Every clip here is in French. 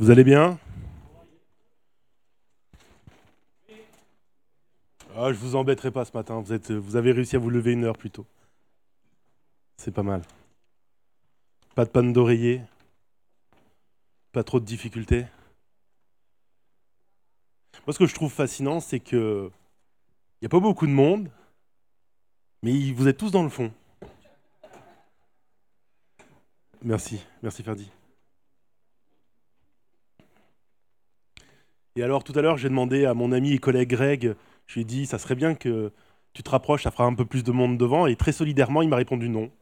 Vous allez bien? Je vous embêterai pas ce matin, vous avez réussi à vous lever 1 heure plus tôt. C'est pas mal. Pas de panne d'oreiller, pas trop de difficultés. Moi, ce que je trouve fascinant, c'est que il n'y a pas beaucoup de monde, mais vous êtes tous dans le fond. Merci Ferdi. Et alors, tout à l'heure, j'ai demandé à mon ami et collègue Greg, je lui ai dit, ça serait bien que tu te rapproches, ça fera un peu plus de monde devant, et très solidairement, il m'a répondu non.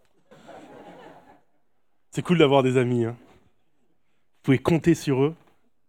C'est cool d'avoir des amis, hein. Vous pouvez compter sur eux.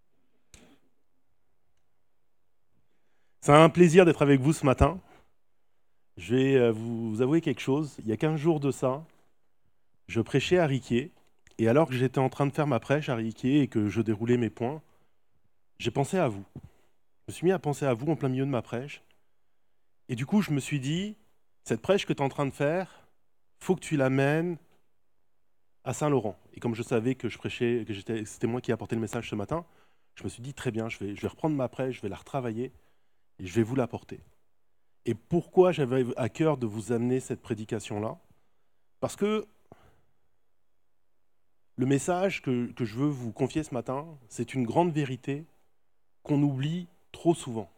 C'est un plaisir d'être avec vous ce matin. Je vais vous avouer quelque chose. Il y a 15 jours de ça, je prêchais à Riquier, et alors que j'étais en train de faire ma prêche à Riquier et que je déroulais mes points, j'ai pensé à vous. Je me suis mis à penser à vous en plein milieu de ma prêche, et du coup je me suis dit, cette prêche que tu es en train de faire, faut que tu l'amènes à Saint-Laurent. Et comme je savais que je prêchais, que c'était moi qui apportais le message ce matin, je me suis dit, très bien, je vais reprendre ma prêche, je vais la retravailler, et je vais vous l'apporter. Et pourquoi j'avais à cœur de vous amener cette prédication-là? Parce que le message que je veux vous confier ce matin, c'est une grande vérité qu'on oublie trop souvent.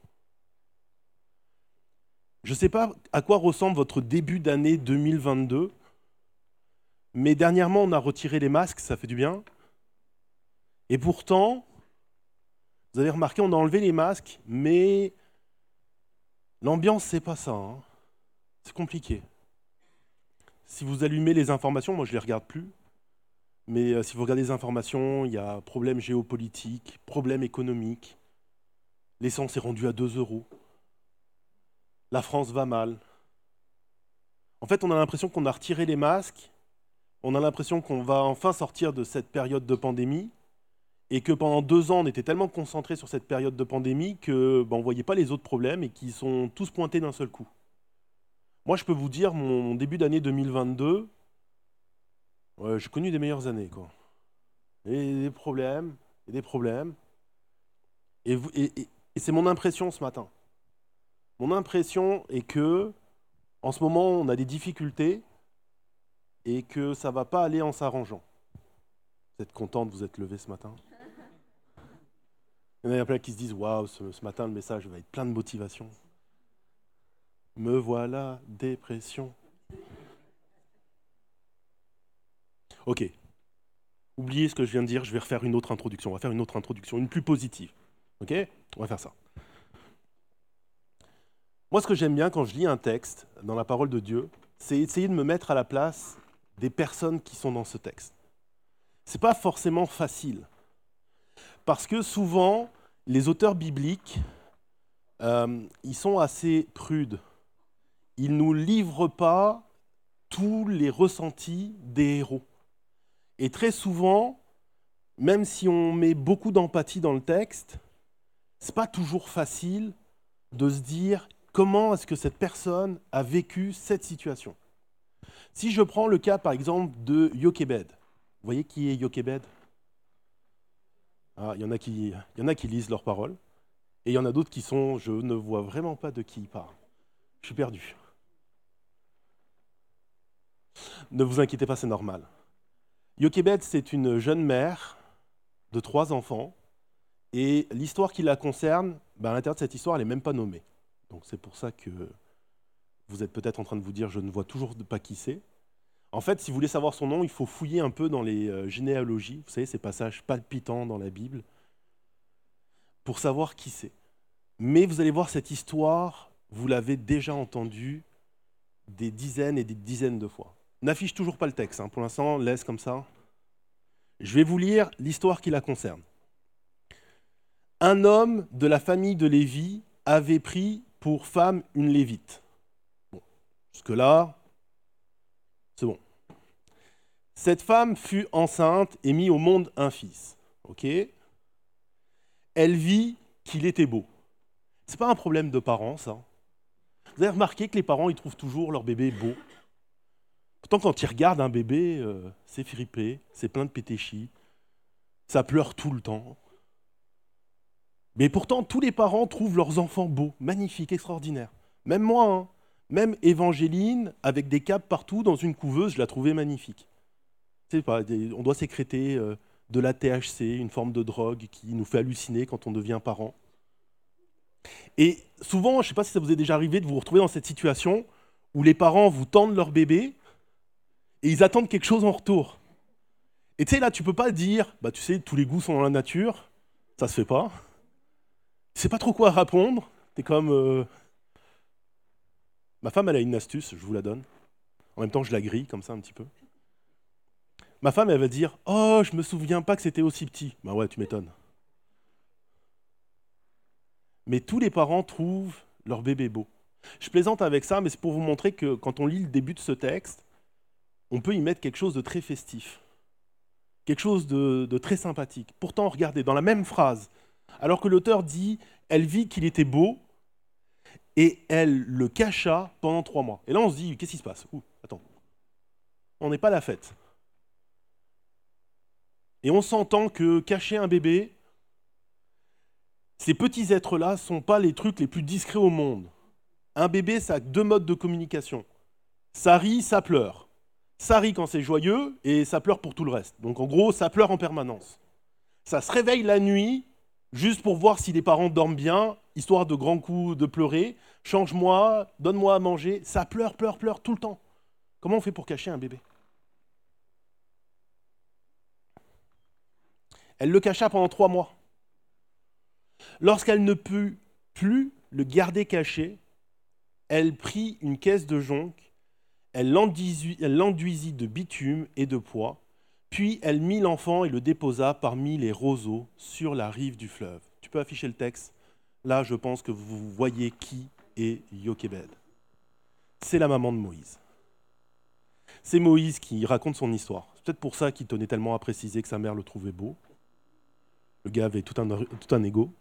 Je ne sais pas à quoi ressemble votre début d'année 2022, mais dernièrement, on a retiré les masques, ça fait du bien. Et pourtant, vous avez remarqué, on a enlevé les masques, mais l'ambiance, c'est pas ça, hein. C'est compliqué. Si vous allumez les informations, moi je ne les regarde plus, mais si vous regardez les informations, il y a problème géopolitique, problème économique, l'essence est rendue à 2 euros, la France va mal. En fait, on a l'impression qu'on a retiré les masques, on a l'impression qu'on va enfin sortir de cette période de pandémie, et que pendant 2 ans, on était tellement concentré sur cette période de pandémie que on ne voyait pas les autres problèmes et qu'ils sont tous pointés d'un seul coup. Moi, je peux vous dire, mon début d'année 2022, j'ai connu des meilleures années, quoi. Et des problèmes, et des problèmes. Et c'est mon impression ce matin. Mon impression est que, en ce moment, on a des difficultés et que ça ne va pas aller en s'arrangeant. Vous êtes content de vous être levé ce matin? Il y en a plein qui se disent, waouh, ce matin, le message va être plein de motivation. Me voilà, dépression. Ok. Oubliez ce que je viens de dire, je vais refaire une autre introduction. On va faire une autre introduction, une plus positive. Ok? On va faire ça. Moi, ce que j'aime bien quand je lis un texte dans la parole de Dieu, c'est essayer de me mettre à la place des personnes qui sont dans ce texte. C'est pas forcément facile. Parce que souvent, les auteurs bibliques, ils sont assez prudes. Ils ne nous livrent pas tous les ressentis des héros. Et très souvent, même si on met beaucoup d'empathie dans le texte, c'est pas toujours facile de se dire comment est-ce que cette personne a vécu cette situation. Si je prends le cas, par exemple, de Jochebed, vous voyez qui est Jochebed? Il y en a qui lisent leurs paroles, et il y en a d'autres qui sont, je ne vois vraiment pas de qui il parle. Je suis perdu. Ne vous inquiétez pas, c'est normal. Jochebed, c'est une jeune mère de 3 enfants, et l'histoire qui la concerne, à l'intérieur de cette histoire, elle n'est même pas nommée. Donc c'est pour ça que vous êtes peut-être en train de vous dire, je ne vois toujours pas qui c'est. En fait, si vous voulez savoir son nom, il faut fouiller un peu dans les généalogies, vous savez, ces passages palpitants dans la Bible, pour savoir qui c'est. Mais vous allez voir, cette histoire, vous l'avez déjà entendue des dizaines et des dizaines de fois. N'affiche toujours pas le texte, hein. Pour l'instant, laisse comme ça. Je vais vous lire l'histoire qui la concerne. Un homme de la famille de Lévi avait pris pour femme une Lévite. Bon, jusque-là, c'est bon. Cette femme fut enceinte et mit au monde un fils. Ok. Elle vit qu'il était beau. C'est pas un problème de parents, ça. Vous avez remarqué que les parents, ils trouvent toujours leur bébé beau. Pourtant, quand ils regardent un bébé, c'est fripé, c'est plein de pétéchis, ça pleure tout le temps. Mais pourtant, tous les parents trouvent leurs enfants beaux, magnifiques, extraordinaires. Même moi, hein. Même Évangéline, avec des capes partout, dans une couveuse, je la trouvais magnifique. Tu sais pas, on doit sécréter de la THC, une forme de drogue qui nous fait halluciner quand on devient parent. Et souvent, je ne sais pas si ça vous est déjà arrivé de vous retrouver dans cette situation où les parents vous tendent leur bébé et ils attendent quelque chose en retour. Et tu sais, là, tu peux pas dire, bah tu sais, tous les goûts sont dans la nature, ça se fait pas. Tu sais pas trop quoi répondre. T'es comme. Ma femme, elle a une astuce, je vous la donne. En même temps, je la grille comme ça un petit peu. Ma femme, elle va dire, oh, je me souviens pas que c'était aussi petit. Bah ouais, tu m'étonnes. Mais tous les parents trouvent leur bébé beau. Je plaisante avec ça, mais c'est pour vous montrer que quand on lit le début de ce texte, on peut y mettre quelque chose de très festif, quelque chose de très sympathique. Pourtant, regardez, dans la même phrase, alors que l'auteur dit « elle vit qu'il était beau et elle le cacha pendant 3 mois ». Et là, on se dit « qu'est-ce qui se passe ?» Attends, on n'est pas à la fête. Et on s'entend que cacher un bébé, ces petits êtres-là ne sont pas les trucs les plus discrets au monde. Un bébé, ça a 2 modes de communication. Ça rit, ça pleure. Ça rit quand c'est joyeux et ça pleure pour tout le reste. Donc en gros, ça pleure en permanence. Ça se réveille la nuit juste pour voir si les parents dorment bien, histoire de grands coups de pleurer. Change-moi, donne-moi à manger. Ça pleure, pleure, pleure tout le temps. Comment on fait pour cacher un bébé? Elle le cacha pendant 3 mois. Lorsqu'elle ne put plus le garder caché, elle prit une caisse de jonc, elle l'enduisit de bitume et de pois, puis elle mit l'enfant et le déposa parmi les roseaux sur la rive du fleuve. Tu peux afficher le texte. Là, je pense que vous voyez qui est Jochebed. C'est la maman de Moïse. C'est Moïse qui raconte son histoire. C'est peut-être pour ça qu'il tenait tellement à préciser que sa mère le trouvait beau. Le gars avait tout un ego.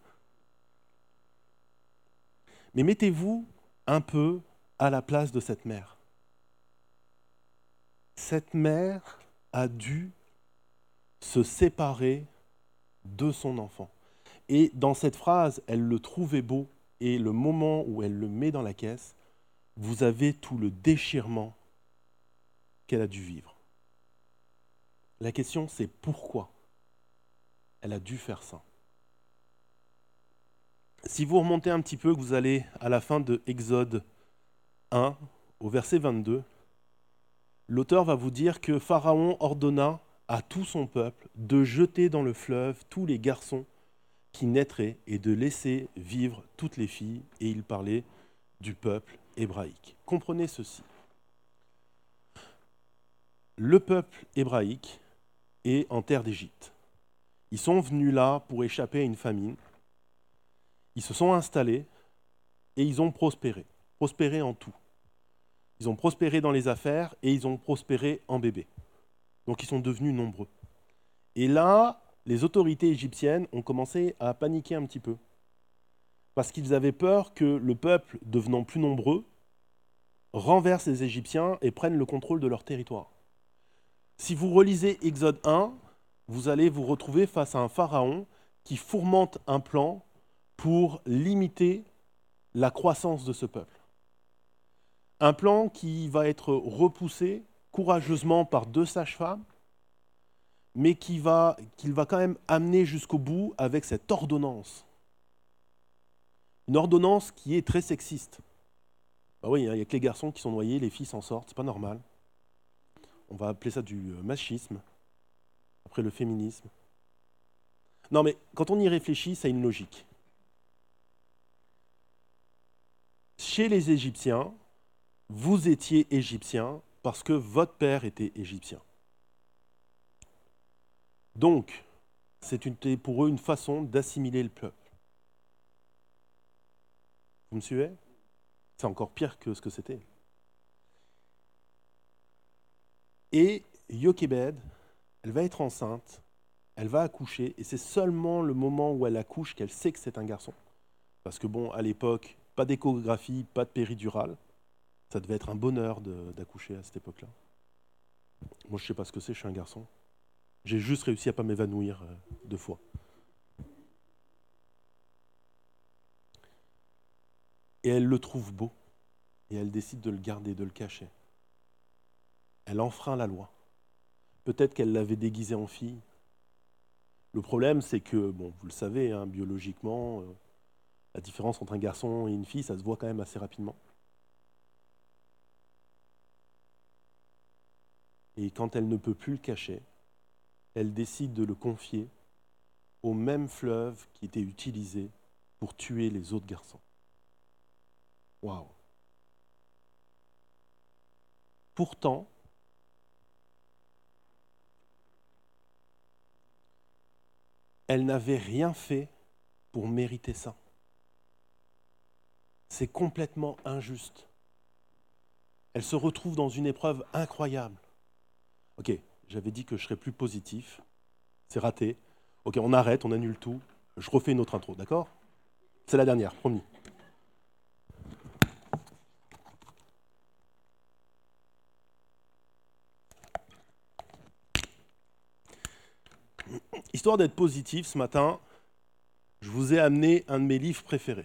Mais mettez-vous un peu à la place de cette mère. Cette mère a dû se séparer de son enfant. Et dans cette phrase, elle le trouvait beau, et le moment où elle le met dans la caisse, vous avez tout le déchirement qu'elle a dû vivre. La question, c'est pourquoi elle a dû faire ça. Si vous remontez un petit peu, que vous allez à la fin de Exode 1, au verset 22, l'auteur va vous dire que Pharaon ordonna à tout son peuple de jeter dans le fleuve tous les garçons qui naîtraient et de laisser vivre toutes les filles, et il parlait du peuple hébraïque. Comprenez ceci. Le peuple hébraïque est en terre d'Égypte. Ils sont venus là pour échapper à une famine. Ils se sont installés et ils ont prospéré. Prospéré en tout. Ils ont prospéré dans les affaires et ils ont prospéré en bébés. Donc ils sont devenus nombreux. Et là, les autorités égyptiennes ont commencé à paniquer un petit peu. Parce qu'ils avaient peur que le peuple, devenant plus nombreux, renverse les Égyptiens et prenne le contrôle de leur territoire. Si vous relisez Exode 1, vous allez vous retrouver face à un pharaon qui fourmente un plan pour limiter la croissance de ce peuple. Un plan qui va être repoussé courageusement par 2 sages-femmes, mais qu'il va quand même amener jusqu'au bout avec cette ordonnance. Une ordonnance qui est très sexiste. Bah oui, il n'y a que les garçons qui sont noyés, les filles s'en sortent, c'est pas normal. On va appeler ça du machisme, après le féminisme. Non mais quand on y réfléchit, ça a une logique. Chez les Égyptiens, vous étiez Égyptiens parce que votre père était Égyptien. Donc, c'était pour eux une façon d'assimiler le peuple. Vous me suivez? C'est encore pire que ce que c'était. Et Jochebed, elle va être enceinte, elle va accoucher, et c'est seulement le moment où elle accouche qu'elle sait que c'est un garçon. Parce que bon, à l'époque, pas d'échographie, pas de péridurale. Ça devait être un bonheur d'accoucher à cette époque-là. Moi, je ne sais pas ce que c'est, je suis un garçon. J'ai juste réussi à ne pas m'évanouir 2 fois. Et elle le trouve beau. Et elle décide de le garder, de le cacher. Elle enfreint la loi. Peut-être qu'elle l'avait déguisé en fille. Le problème, c'est que, bon, vous le savez, hein, biologiquement, la différence entre un garçon et une fille, ça se voit quand même assez rapidement. Et quand elle ne peut plus le cacher, elle décide de le confier au même fleuve qui était utilisé pour tuer les autres garçons. Waouh! Pourtant, elle n'avait rien fait pour mériter ça. C'est complètement injuste. Elle se retrouve dans une épreuve incroyable. Ok, j'avais dit que je serais plus positif. C'est raté. Ok, on arrête, on annule tout. Je refais une autre intro, d'accord? C'est la dernière, promis. Histoire d'être positif, ce matin, je vous ai amené un de mes livres préférés.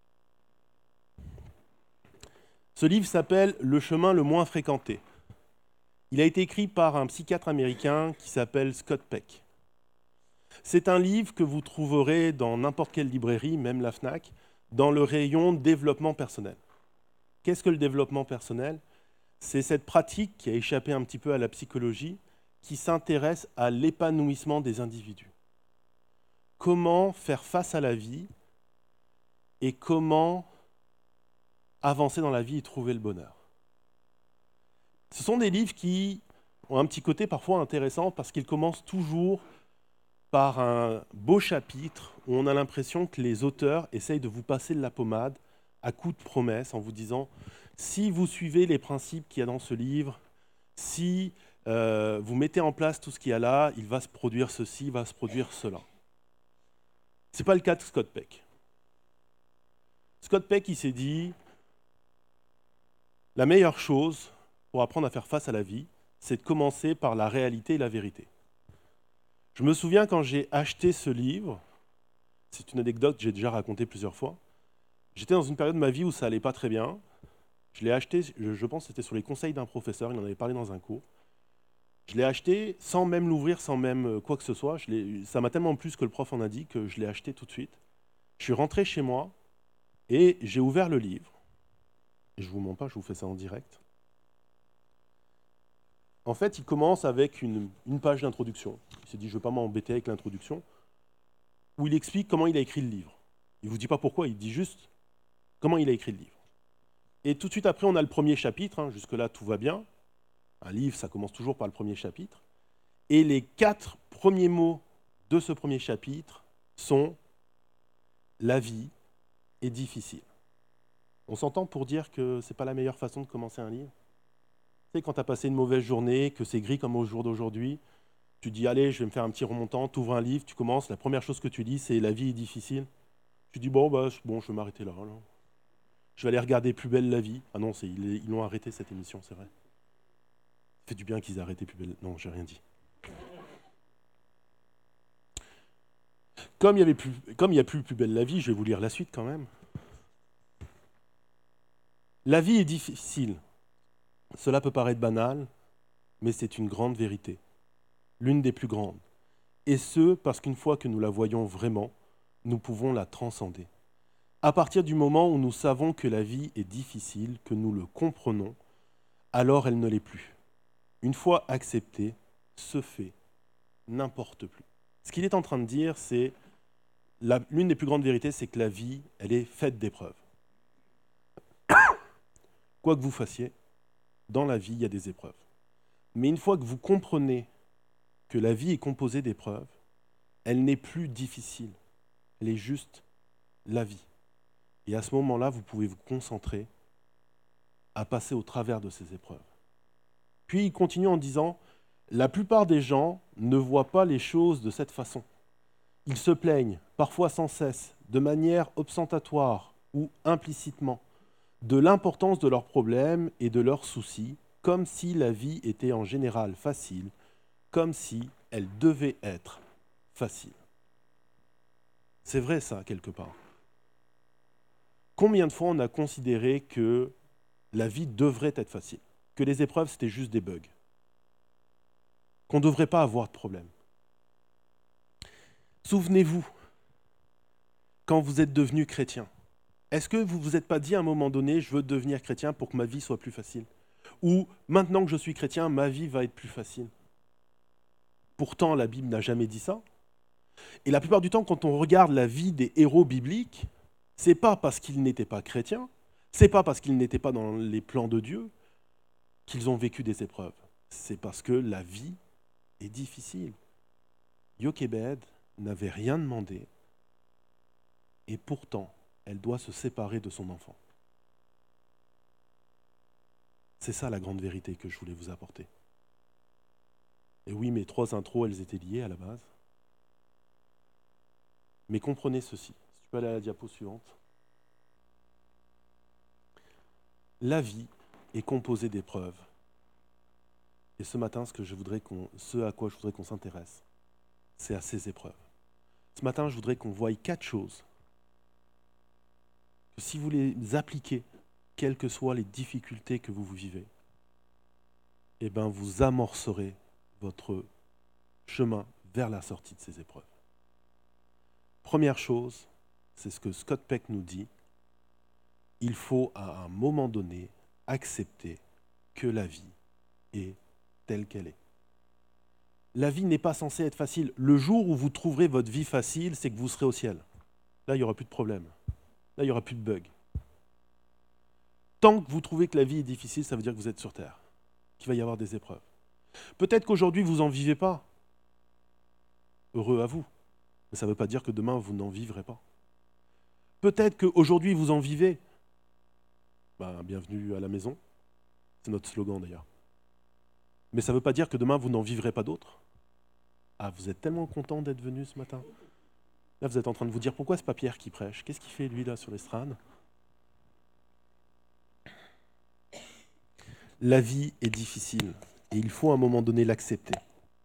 Ce livre s'appelle « Le chemin le moins fréquenté ». Il a été écrit par un psychiatre américain qui s'appelle Scott Peck. C'est un livre que vous trouverez dans n'importe quelle librairie, même la Fnac, dans le rayon développement personnel. Qu'est-ce que le développement personnel? C'est cette pratique qui a échappé un petit peu à la psychologie, qui s'intéresse à l'épanouissement des individus. Comment faire face à la vie et comment avancer dans la vie et trouver le bonheur. Ce sont des livres qui ont un petit côté parfois intéressant parce qu'ils commencent toujours par un beau chapitre où on a l'impression que les auteurs essayent de vous passer de la pommade à coups de promesses en vous disant « si vous suivez les principes qu'il y a dans ce livre, si vous mettez en place tout ce qu'il y a là, il va se produire ceci, il va se produire cela. » Ce n'est pas le cas de Scott Peck. Scott Peck, il s'est dit « la meilleure chose pour apprendre à faire face à la vie, c'est de commencer par la réalité et la vérité. » Je me souviens quand j'ai acheté ce livre, c'est une anecdote que j'ai déjà racontée plusieurs fois, j'étais dans une période de ma vie où ça allait pas très bien. Je l'ai acheté, je pense que c'était sur les conseils d'un professeur, il en avait parlé dans un cours. Je l'ai acheté sans même l'ouvrir, sans même quoi que ce soit. Ça m'a tellement plu ce que le prof en a dit que je l'ai acheté tout de suite. Je suis rentré chez moi et j'ai ouvert le livre. Et je ne vous mens pas, je vous fais ça en direct. En fait, il commence avec une page d'introduction. Il s'est dit, je ne vais pas m'embêter avec l'introduction, où il explique comment il a écrit le livre. Il ne vous dit pas pourquoi, il dit juste comment il a écrit le livre. Et tout de suite après, on a le premier chapitre, hein, jusque-là tout va bien. Un livre, ça commence toujours par le premier chapitre. Et les 4 premiers mots de ce premier chapitre sont « la vie est difficile ». On s'entend pour dire que ce n'est pas la meilleure façon de commencer un livre. Tu sais, quand tu as passé une mauvaise journée, que c'est gris comme au jour d'aujourd'hui, tu dis « allez, je vais me faire un petit remontant », tu ouvres un livre, tu commences, la première chose que tu dis, c'est « la vie est difficile ». Tu dis « bon, je vais m'arrêter là. Je vais aller regarder Plus belle la vie ». Ah non, ils l'ont arrêté cette émission, c'est vrai. Ça fait du bien qu'ils aient arrêté Plus belle... Non, j'ai rien dit. Comme il n'y a plus Plus belle la vie, je vais vous lire la suite quand même. La vie est difficile. Cela peut paraître banal, mais c'est une grande vérité. L'une des plus grandes. Et ce, parce qu'une fois que nous la voyons vraiment, nous pouvons la transcender. À partir du moment où nous savons que la vie est difficile, que nous le comprenons, alors elle ne l'est plus. Une fois acceptée, ce fait n'importe plus. Ce qu'il est en train de dire, c'est l'une des plus grandes vérités, c'est que la vie, elle est faite d'épreuves. Quoi que vous fassiez, dans la vie, il y a des épreuves. Mais une fois que vous comprenez que la vie est composée d'épreuves, elle n'est plus difficile. Elle est juste la vie. Et à ce moment-là, vous pouvez vous concentrer à passer au travers de ces épreuves. Puis il continue en disant « La plupart des gens ne voient pas les choses de cette façon. Ils se plaignent, parfois sans cesse, de manière ostentatoire ou implicitement, de l'importance de leurs problèmes et de leurs soucis, comme si la vie était en général facile, comme si elle devait être facile. » C'est vrai ça, quelque part. Combien de fois on a considéré que la vie devrait être facile, que les épreuves, c'était juste des bugs, qu'on ne devrait pas avoir de problème. Souvenez-vous, quand vous êtes devenu chrétien, est-ce que vous ne vous êtes pas dit à un moment donné, je veux devenir chrétien pour que ma vie soit plus facile? Ou maintenant que je suis chrétien, ma vie va être plus facile? Pourtant, la Bible n'a jamais dit ça. Et la plupart du temps, quand on regarde la vie des héros bibliques, c'est pas parce qu'ils n'étaient pas chrétiens, c'est pas parce qu'ils n'étaient pas dans les plans de Dieu qu'ils ont vécu des épreuves. C'est parce que la vie est difficile. Jochebed n'avait rien demandé, et pourtant, elle doit se séparer de son enfant. C'est ça la grande vérité que je voulais vous apporter. Et oui, mes 3 intros, elles étaient liées à la base. Mais comprenez ceci. Si tu peux aller à la diapo suivante. La vie est composée d'épreuves. Et ce matin, ce à quoi je voudrais qu'on s'intéresse, c'est à ces épreuves. Ce matin, je voudrais qu'on voie 4 choses. Que si vous les appliquez, quelles que soient les difficultés que vous vivez, eh bien, vous amorcerez votre chemin vers la sortie de ces épreuves. Première chose, c'est ce que Scott Peck nous dit, il faut à un moment donné accepter que la vie est telle qu'elle est. La vie n'est pas censée être facile. Le jour où vous trouverez votre vie facile, c'est que vous serez au ciel. Là, il n'y aura plus de problème. Là, il n'y aura plus de bugs. Tant que vous trouvez que la vie est difficile, ça veut dire que vous êtes sur Terre, qu'il va y avoir des épreuves. Peut-être qu'aujourd'hui, vous n'en vivez pas. Heureux à vous. Mais ça ne veut pas dire que demain, vous n'en vivrez pas. Peut-être qu'aujourd'hui, vous en vivez. Bienvenue à la maison. C'est notre slogan d'ailleurs. Mais ça ne veut pas dire que demain, vous n'en vivrez pas d'autres. Ah, vous êtes tellement content d'être venu ce matin. Là, vous êtes en train de vous dire, pourquoi c'est pas Pierre qui prêche? Qu'est-ce qu'il fait, lui, là, sur l'estrade? La vie est difficile et il faut à un moment donné l'accepter.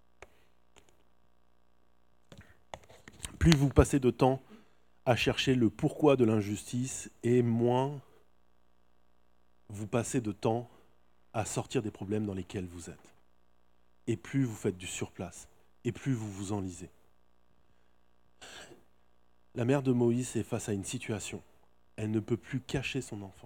Plus vous passez de temps à chercher le pourquoi de l'injustice et moins vous passez de temps à sortir des problèmes dans lesquels vous êtes. Et plus vous faites du surplace, et plus vous vous enlisez. La mère de Moïse est face à une situation. Elle ne peut plus cacher son enfant.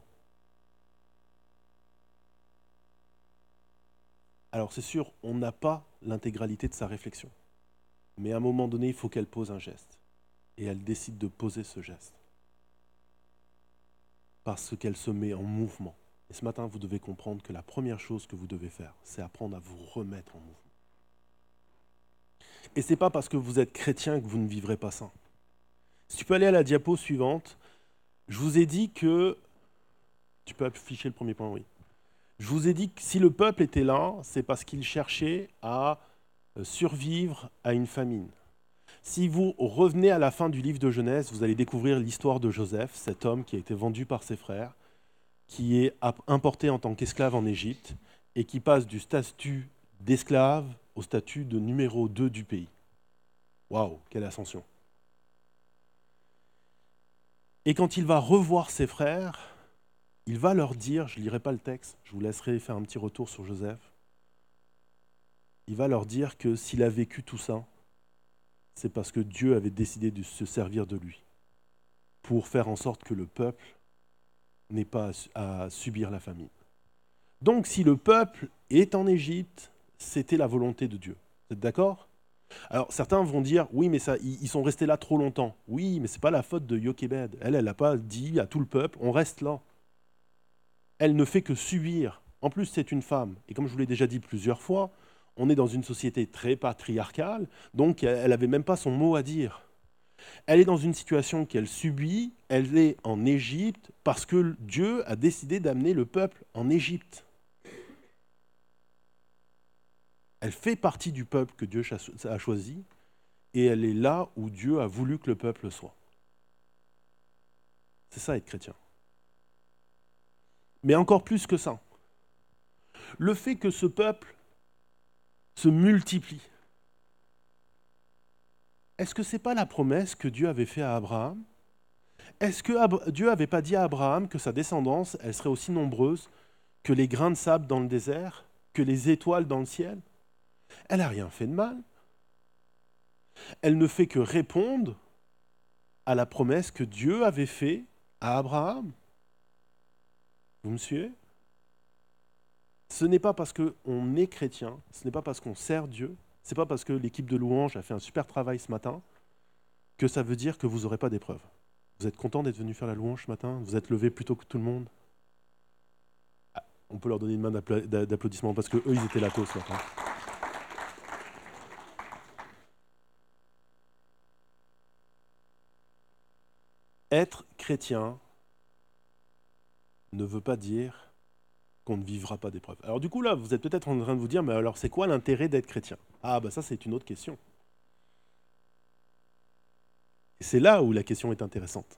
Alors c'est sûr, on n'a pas l'intégralité de sa réflexion. Mais à un moment donné, il faut qu'elle pose un geste. Et elle décide de poser ce geste. Parce qu'elle se met en mouvement. Et ce matin, vous devez comprendre que la première chose que vous devez faire, c'est apprendre à vous remettre en mouvement. Et ce n'est pas parce que vous êtes chrétien que vous ne vivrez pas ça. Si tu peux aller à la diapo suivante, je vous ai dit que... Tu peux afficher le premier point, oui. Je vous ai dit que si le peuple était là, c'est parce qu'il cherchait à survivre à une famine. Si vous revenez à la fin du livre de Genèse, vous allez découvrir l'histoire de Joseph, cet homme qui a été vendu par ses frères, qui est importé en tant qu'esclave en Égypte et qui passe du statut d'esclave au statut de numéro 2 du pays. Waouh, quelle ascension! Et quand il va revoir ses frères, il va leur dire, je ne lirai pas le texte, je vous laisserai faire un petit retour sur Joseph, il va leur dire que s'il a vécu tout ça, c'est parce que Dieu avait décidé de se servir de lui pour faire en sorte que le peuple n'ait pas à subir la famine. Donc si le peuple est en Égypte, c'était la volonté de Dieu. Vous êtes d'accord? Alors certains vont dire, oui mais ça, ils sont restés là trop longtemps. Oui, mais ce n'est pas la faute de Jochebed. Elle n'a pas dit à tout le peuple, on reste là. Elle ne fait que subir. En plus, c'est une femme. Et comme je vous l'ai déjà dit plusieurs fois, on est dans une société très patriarcale, donc elle n'avait même pas son mot à dire. Elle est dans une situation qu'elle subit, elle est en Égypte parce que Dieu a décidé d'amener le peuple en Égypte. Elle fait partie du peuple que Dieu a choisi et elle est là où Dieu a voulu que le peuple soit. C'est ça être chrétien. Mais encore plus que ça, le fait que ce peuple se multiplie, est-ce que ce n'est pas la promesse que Dieu avait faite à Abraham? Est-ce que Dieu n'avait pas dit à Abraham que sa descendance, elle serait aussi nombreuse que les grains de sable dans le désert, que les étoiles dans le ciel? Elle n'a rien fait de mal. Elle ne fait que répondre à la promesse que Dieu avait faite à Abraham. Vous me suivez? Ce n'est pas parce qu'on est chrétien, ce n'est pas parce qu'on sert Dieu, ce n'est pas parce que l'équipe de louange a fait un super travail ce matin que ça veut dire que vous n'aurez pas d'épreuve. Vous êtes content d'être venu faire la louange ce matin? Vous êtes levé plus tôt que tout le monde? On peut leur donner une main d'applaudissement parce qu'eux, ils étaient là tôt ce matin. Être chrétien ne veut pas dire qu'on ne vivra pas d'épreuves. Alors du coup, là, vous êtes peut-être en train de vous dire, mais alors c'est quoi l'intérêt d'être chrétien? Ah, bah ça, c'est une autre question. Et c'est là où la question est intéressante.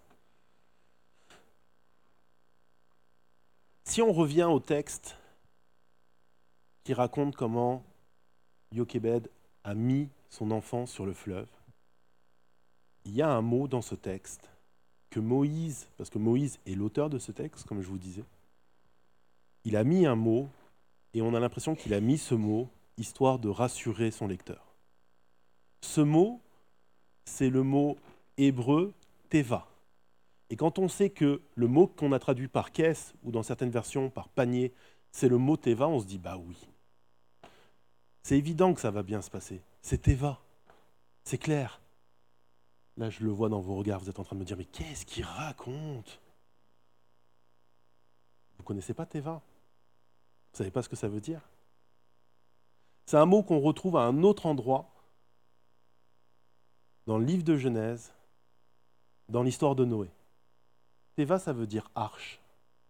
Si on revient au texte qui raconte comment Jochebed a mis son enfant sur le fleuve, il y a un mot dans ce texte que Moïse, parce que Moïse est l'auteur de ce texte, comme je vous disais, il a mis un mot, et on a l'impression qu'il a mis ce mot, histoire de rassurer son lecteur. Ce mot, c'est le mot hébreu teva. Et quand on sait que le mot qu'on a traduit par caisse, ou dans certaines versions par panier, c'est le mot teva, on se dit, bah oui. C'est évident que ça va bien se passer. C'est teva. C'est clair. Là, je le vois dans vos regards, vous êtes en train de me dire, mais qu'est-ce qu'il raconte? Vous ne connaissez pas teva? Vous ne savez pas ce que ça veut dire? C'est un mot qu'on retrouve à un autre endroit, dans le livre de Genèse, dans l'histoire de Noé. Teva, ça veut dire arche.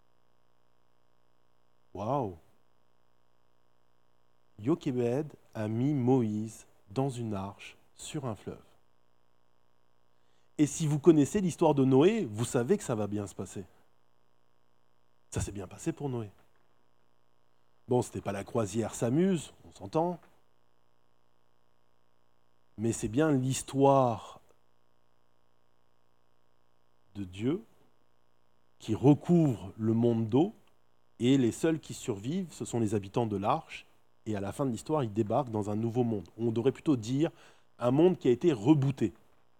Waouh! Jochebed a mis Moïse dans une arche sur un fleuve. Et si vous connaissez l'histoire de Noé, vous savez que ça va bien se passer. Ça s'est bien passé pour Noé. Bon, c'était pas la croisière s'amuse, on s'entend. Mais c'est bien l'histoire de Dieu qui recouvre le monde d'eau, et les seuls qui survivent, ce sont les habitants de l'arche, et à la fin de l'histoire, ils débarquent dans un nouveau monde. On devrait plutôt dire un monde qui a été rebooté.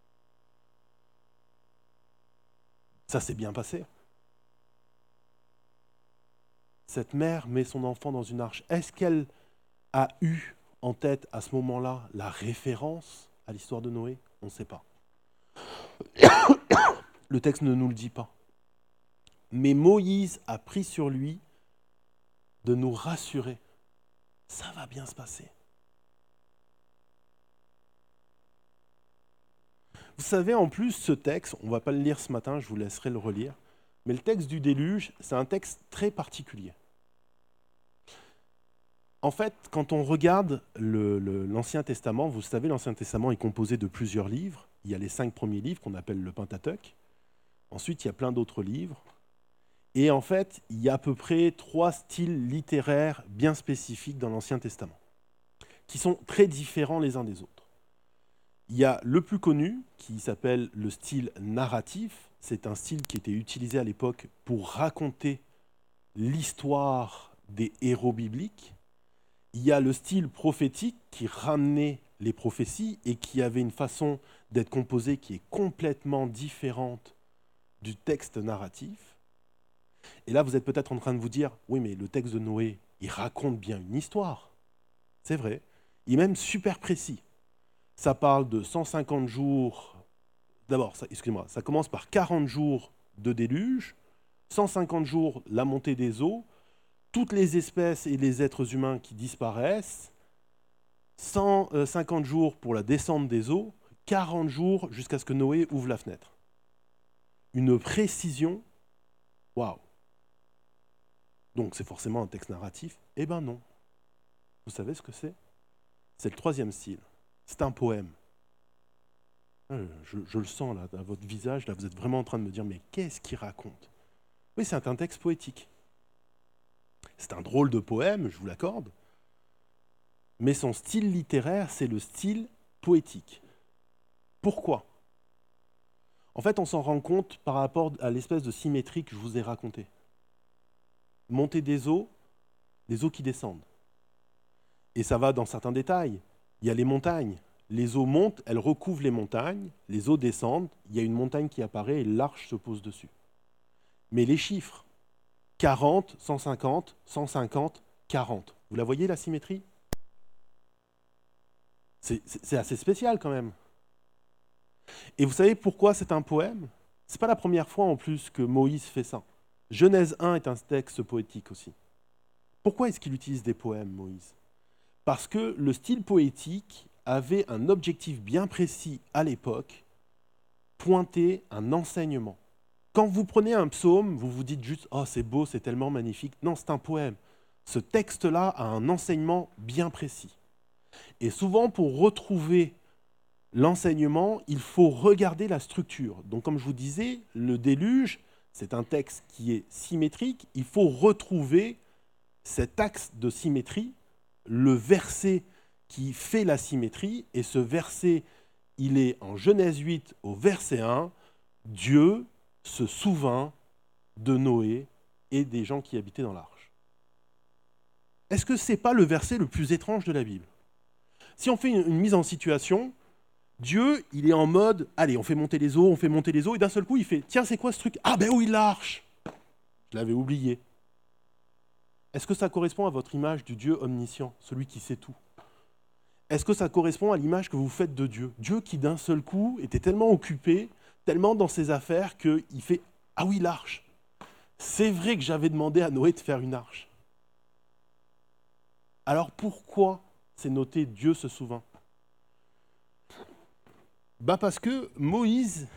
Ça s'est bien passé. Cette mère met son enfant dans une arche. Est-ce qu'elle a eu en tête à ce moment-là la référence à l'histoire de Noé? On ne sait pas. Le texte ne nous le dit pas. Mais Moïse a pris sur lui de nous rassurer. Ça va bien se passer. Vous savez, en plus, ce texte, on ne va pas le lire ce matin, je vous laisserai le relire, mais le texte du déluge, c'est un texte très particulier. En fait, quand on regarde l'Ancien Testament, vous savez, l'Ancien Testament est composé de plusieurs livres. Il y a les 5 premiers livres qu'on appelle le Pentateuque. Ensuite, il y a plein d'autres livres. Et en fait, il y a à peu près 3 styles littéraires bien spécifiques dans l'Ancien Testament, qui sont très différents les uns des autres. Il y a le plus connu, qui s'appelle le style narratif. C'est un style qui était utilisé à l'époque pour raconter l'histoire des héros bibliques. Il y a le style prophétique qui ramenait les prophéties et qui avait une façon d'être composée qui est complètement différente du texte narratif. Et là, vous êtes peut-être en train de vous dire, oui, mais le texte de Noé, il raconte bien une histoire. C'est vrai. Il est même super précis. Ça parle de 150 jours. D'abord, ça commence par 40 jours de déluge, 150 jours la montée des eaux, toutes les espèces et les êtres humains qui disparaissent, 150 jours pour la descente des eaux, 40 jours jusqu'à ce que Noé ouvre la fenêtre. Une précision, waouh! Donc c'est forcément un texte narratif? Eh ben non. Vous savez ce que c'est? C'est le 3e style. C'est un poème. Je le sens là, à votre visage, là, vous êtes vraiment en train de me dire, mais qu'est-ce qu'il raconte? Oui, c'est un texte poétique. C'est un drôle de poème, je vous l'accorde, mais son style littéraire, c'est le style poétique. Pourquoi? En fait, on s'en rend compte par rapport à l'espèce de symétrie que je vous ai racontée. Montée des eaux, les eaux qui descendent. Et ça va dans certains détails. Il y a les montagnes. Les eaux montent, elles recouvrent les montagnes, les eaux descendent, il y a une montagne qui apparaît et l'arche se pose dessus. Mais les chiffres, 40, 150, 150, 40. Vous la voyez, la symétrie ? C'est assez spécial quand même. Et vous savez pourquoi c'est un poème ? C'est pas la première fois en plus que Moïse fait ça. Genèse 1 est un texte poétique aussi. Pourquoi est-ce qu'il utilise des poèmes, Moïse ? Parce que le style poétique avait un objectif bien précis à l'époque, pointer un enseignement. Quand vous prenez un psaume, vous vous dites juste « Oh, c'est beau, c'est tellement magnifique ». Non, c'est un poème. Ce texte-là a un enseignement bien précis. Et souvent, pour retrouver l'enseignement, il faut regarder la structure. Donc, comme je vous disais, le déluge, c'est un texte qui est symétrique. Il faut retrouver cet axe de symétrie, le verset qui fait la symétrie. Et ce verset, il est en Genèse 8 au verset 1. Dieu se souvint de Noé et des gens qui habitaient dans l'arche. Est-ce que ce n'est pas le verset le plus étrange de la Bible ? Si on fait une mise en situation, Dieu, il est en mode, allez, on fait monter les eaux, et d'un seul coup, il fait, tiens, c'est quoi ce truc ? Ah ben oui, l'arche ! Je l'avais oublié. Est-ce que ça correspond à votre image du Dieu omniscient, celui qui sait tout ? Est-ce que ça correspond à l'image que vous faites de Dieu ? Dieu qui, d'un seul coup, était tellement occupé, tellement dans ses affaires, qu'il fait, ah oui, l'arche ! C'est vrai que j'avais demandé à Noé de faire une arche. Alors pourquoi c'est noté Dieu se souvint ? Parce que Moïse,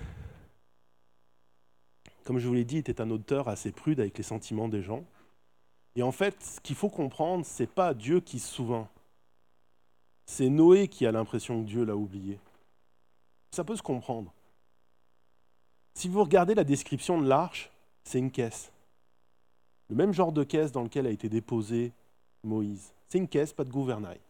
comme je vous l'ai dit, était un auteur assez prude avec les sentiments des gens. Et en fait, ce qu'il faut comprendre, ce n'est pas Dieu qui se souvint. C'est Noé qui a l'impression que Dieu l'a oublié. Ça peut se comprendre. Si vous regardez la description de l'arche, c'est une caisse. Le même genre de caisse dans lequel a été déposé Moïse. C'est une caisse, pas de gouvernail.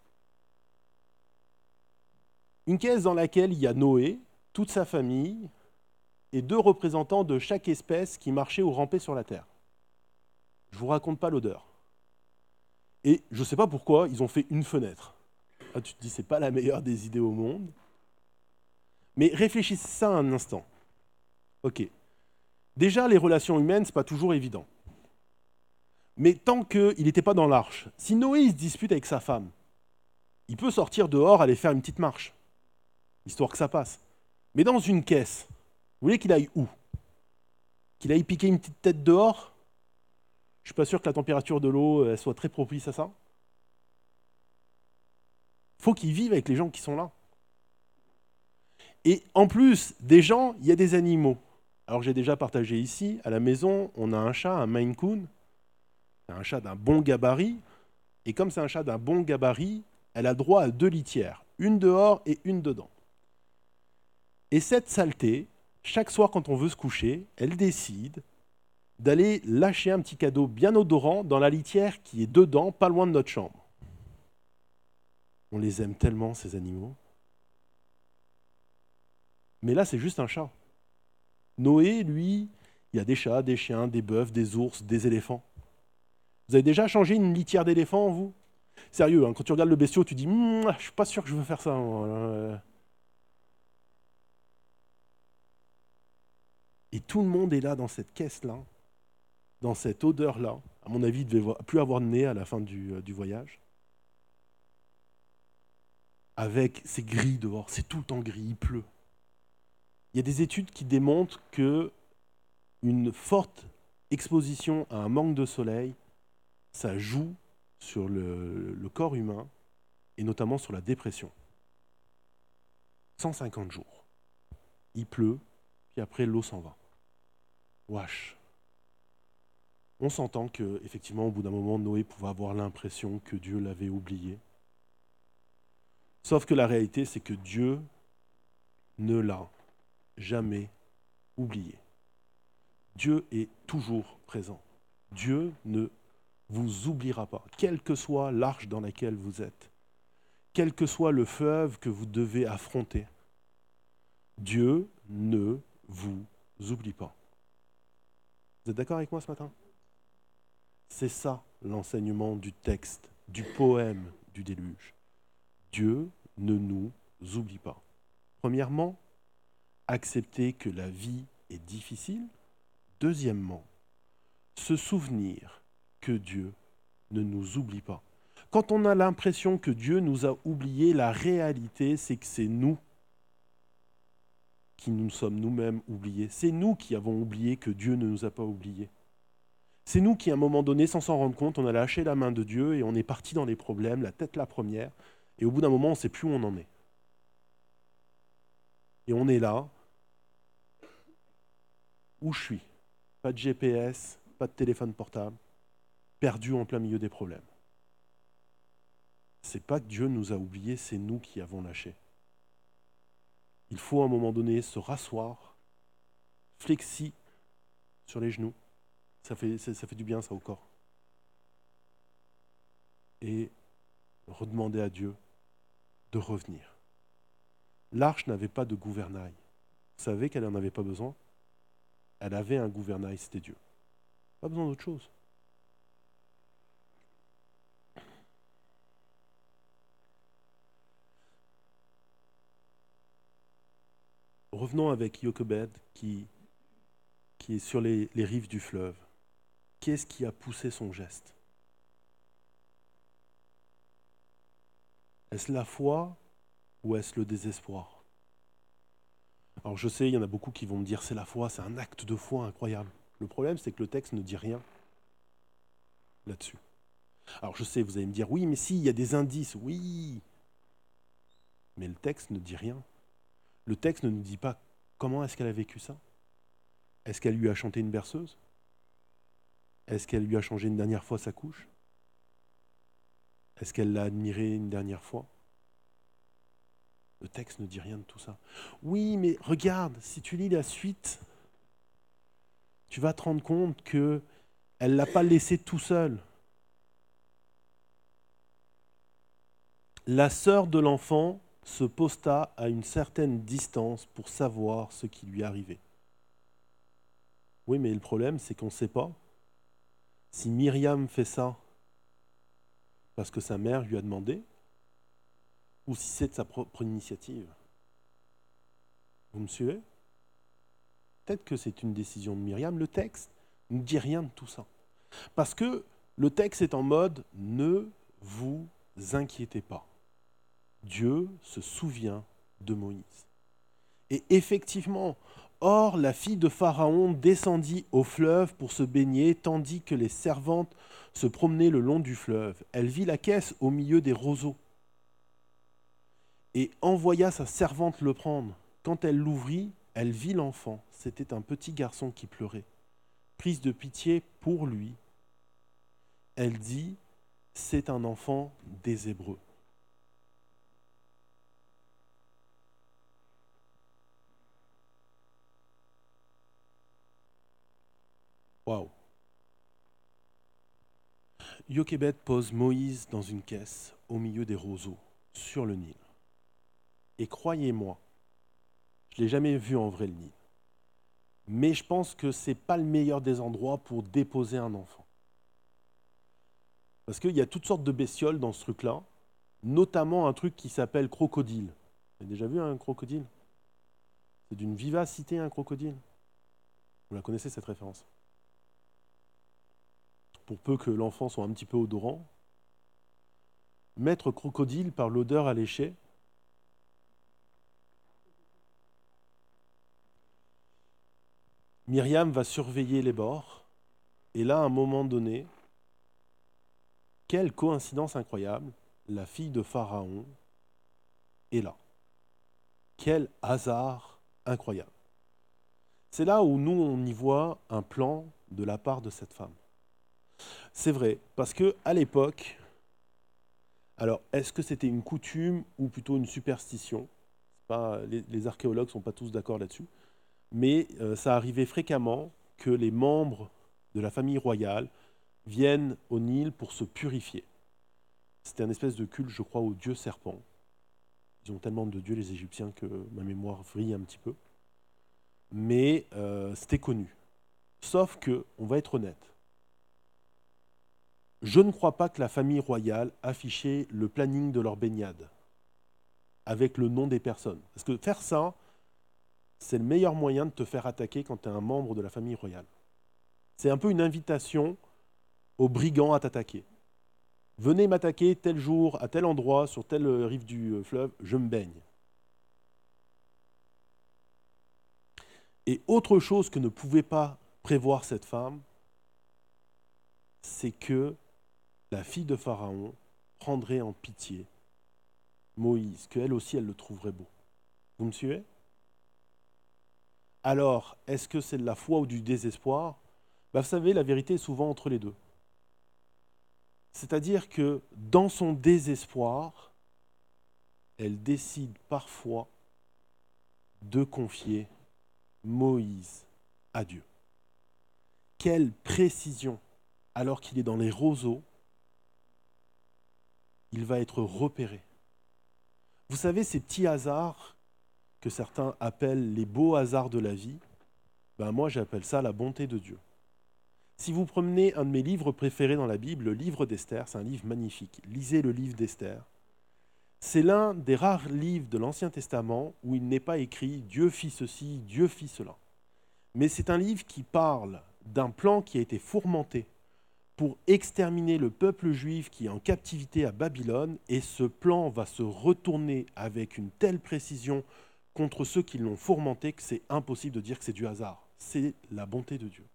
Une caisse dans laquelle il y a Noé, toute sa famille, et 2 représentants de chaque espèce qui marchaient ou rampaient sur la terre. Je ne vous raconte pas l'odeur. Et je ne sais pas pourquoi, ils ont fait une fenêtre. Ah, tu te dis, c'est pas la meilleure des idées au monde. Mais réfléchissez ça un instant. Ok. Déjà, les relations humaines, ce n'est pas toujours évident. Mais tant qu'il n'était pas dans l'arche, si Noé il se dispute avec sa femme, il peut sortir dehors, aller faire une petite marche, histoire que ça passe. Mais dans une caisse, vous voulez qu'il aille où ? Qu'il aille piquer une petite tête dehors ? Je ne suis pas sûr que la température de l'eau soit très propice à ça. Il faut qu'il vive avec les gens qui sont là. Et en plus des gens, il y a des animaux. Alors j'ai déjà partagé ici, à la maison, on a un chat, un Maine Coon. C'est un chat d'un bon gabarit. Et comme c'est un chat d'un bon gabarit, elle a droit à 2 litières. Une dehors et une dedans. Et cette saleté, chaque soir quand on veut se coucher, elle décide d'aller lâcher un petit cadeau bien odorant dans la litière qui est dedans, pas loin de notre chambre. On les aime tellement, ces animaux. Mais là, c'est juste un chat. Noé, lui, il y a des chats, des chiens, des bœufs, des ours, des éléphants. Vous avez déjà changé une litière d'éléphant, vous ? Sérieux, hein, quand tu regardes le bestiau, tu dis « Je ne suis pas sûr que je veux faire ça. » Et tout le monde est là dans cette caisse-là, dans cette odeur-là. À mon avis, il ne devait plus avoir de nez à la fin du voyage. Avec ces gris dehors, c'est tout le temps gris, il pleut. Il y a des études qui démontrent qu'une forte exposition à un manque de soleil, ça joue sur le corps humain et notamment sur la dépression. 150 jours. Il pleut, puis après l'eau s'en va. Wesh. On s'entend qu'effectivement, au bout d'un moment, Noé pouvait avoir l'impression que Dieu l'avait oublié. Sauf que la réalité, c'est que Dieu ne l'a jamais oublié. Dieu est toujours présent. Dieu ne vous oubliera pas, quelle que soit l'arche dans laquelle vous êtes, quel que soit le fleuve que vous devez affronter. Dieu ne vous oublie pas. Vous êtes d'accord avec moi ce matin? C'est ça l'enseignement du texte, du poème du déluge. Dieu ne nous oublie pas. Premièrement, accepter que la vie est difficile. Deuxièmement, se souvenir que Dieu ne nous oublie pas. Quand on a l'impression que Dieu nous a oubliés, la réalité, c'est que c'est nous qui nous sommes nous-mêmes oubliés. C'est nous qui avons oublié que Dieu ne nous a pas oubliés. C'est nous qui, à un moment donné, sans s'en rendre compte, on a lâché la main de Dieu et on est parti dans les problèmes, la tête la première, et au bout d'un moment, on ne sait plus où on en est. Et on est là, où je suis. Pas de GPS, pas de téléphone portable, perdu en plein milieu des problèmes. C'est pas que Dieu nous a oubliés, c'est nous qui avons lâché. Il faut à un moment donné se rasseoir, flexi sur les genoux. Ça fait du bien ça au corps. Et redemander à Dieu de revenir. L'arche n'avait pas de gouvernail. Vous savez qu'elle n'en avait pas besoin? Elle avait un gouvernail, c'était Dieu. Pas besoin d'autre chose. Revenons avec Jochebed qui est sur les rives du fleuve. Qu'est-ce qui a poussé son geste? Est-ce la foi ou est-ce le désespoir? Alors je sais, il y en a beaucoup qui vont me dire c'est la foi, c'est un acte de foi incroyable. Le problème, c'est que le texte ne dit rien là-dessus. Alors je sais, vous allez me dire oui, mais si, il y a des indices, oui. Mais le texte ne dit rien. Le texte ne nous dit pas comment est-ce qu'elle a vécu ça. Est-ce qu'elle lui a chanté une berceuse? Est-ce qu'elle lui a changé une dernière fois sa couche? Est-ce qu'elle l'a admiré une dernière fois? Le texte ne dit rien de tout ça. Oui, mais regarde, si tu lis la suite, tu vas te rendre compte qu'elle ne l'a pas laissé tout seul. La sœur de l'enfant se posta à une certaine distance pour savoir ce qui lui arrivait. Oui, mais le problème, c'est qu'on ne sait pas si Myriam fait ça parce que sa mère lui a demandé ou si c'est de sa propre initiative. Vous me suivez? Peut-être que c'est une décision de Myriam. Le texte ne dit rien de tout ça. Parce que le texte est en mode « ne vous inquiétez pas ». Dieu se souvient de Moïse. Et effectivement, or la fille de Pharaon descendit au fleuve pour se baigner, tandis que les servantes se promenaient le long du fleuve. Elle vit la caisse au milieu des roseaux et envoya sa servante le prendre. Quand elle l'ouvrit, elle vit l'enfant. C'était un petit garçon qui pleurait. Prise de pitié pour lui, elle dit « C'est un enfant des Hébreux ». Waouh! Jochebed pose Moïse dans une caisse au milieu des roseaux, sur le Nil. Et croyez-moi, je ne l'ai jamais vu en vrai le Nil. Mais je pense que ce n'est pas le meilleur des endroits pour déposer un enfant. Parce qu'il y a toutes sortes de bestioles dans ce truc-là, notamment un truc qui s'appelle crocodile. Vous avez déjà vu un crocodile? C'est d'une vivacité un crocodile. Vous la connaissez cette référence? Pour peu que l'enfant soit un petit peu odorant, mettre crocodile par l'odeur alléchée. Myriam va surveiller les bords, et là, à un moment donné, quelle coïncidence incroyable, la fille de Pharaon est là. Quel hasard incroyable. C'est là où nous, on y voit un plan de la part de cette femme. C'est vrai, parce qu'à l'époque, alors est-ce que c'était une coutume ou plutôt une superstition? Les archéologues ne sont pas tous d'accord là-dessus, mais ça arrivait fréquemment que les membres de la famille royale viennent au Nil pour se purifier. C'était un espèce de culte, je crois, au dieu serpent. Ils ont tellement de dieux, les Égyptiens, que ma mémoire vrille un petit peu. mais c'était connu. Sauf que, on va être honnête, je ne crois pas que la famille royale affichait le planning de leur baignade avec le nom des personnes. Parce que faire ça, c'est le meilleur moyen de te faire attaquer quand tu es un membre de la famille royale. C'est un peu une invitation aux brigands à t'attaquer. Venez m'attaquer tel jour, à tel endroit, sur telle rive du fleuve, je me baigne. Et autre chose que ne pouvait pas prévoir cette femme, c'est que la fille de Pharaon prendrait en pitié Moïse, qu'elle aussi, elle le trouverait beau. Vous me suivez? Alors, est-ce que c'est de la foi ou du désespoir? Vous savez, la vérité est souvent entre les deux. C'est-à-dire que dans son désespoir, elle décide parfois de confier Moïse à Dieu. Quelle précision! Alors qu'il est dans les roseaux, il va être repéré. Vous savez, ces petits hasards que certains appellent les beaux hasards de la vie, moi j'appelle ça la bonté de Dieu. Si vous prenez un de mes livres préférés dans la Bible, le livre d'Esther, c'est un livre magnifique. Lisez le livre d'Esther. C'est l'un des rares livres de l'Ancien Testament où il n'est pas écrit « Dieu fit ceci, Dieu fit cela ». Mais c'est un livre qui parle d'un plan qui a été fourmenté pour exterminer le peuple juif qui est en captivité à Babylone, et ce plan va se retourner avec une telle précision contre ceux qui l'ont fourmenté que c'est impossible de dire que c'est du hasard. C'est la bonté de Dieu.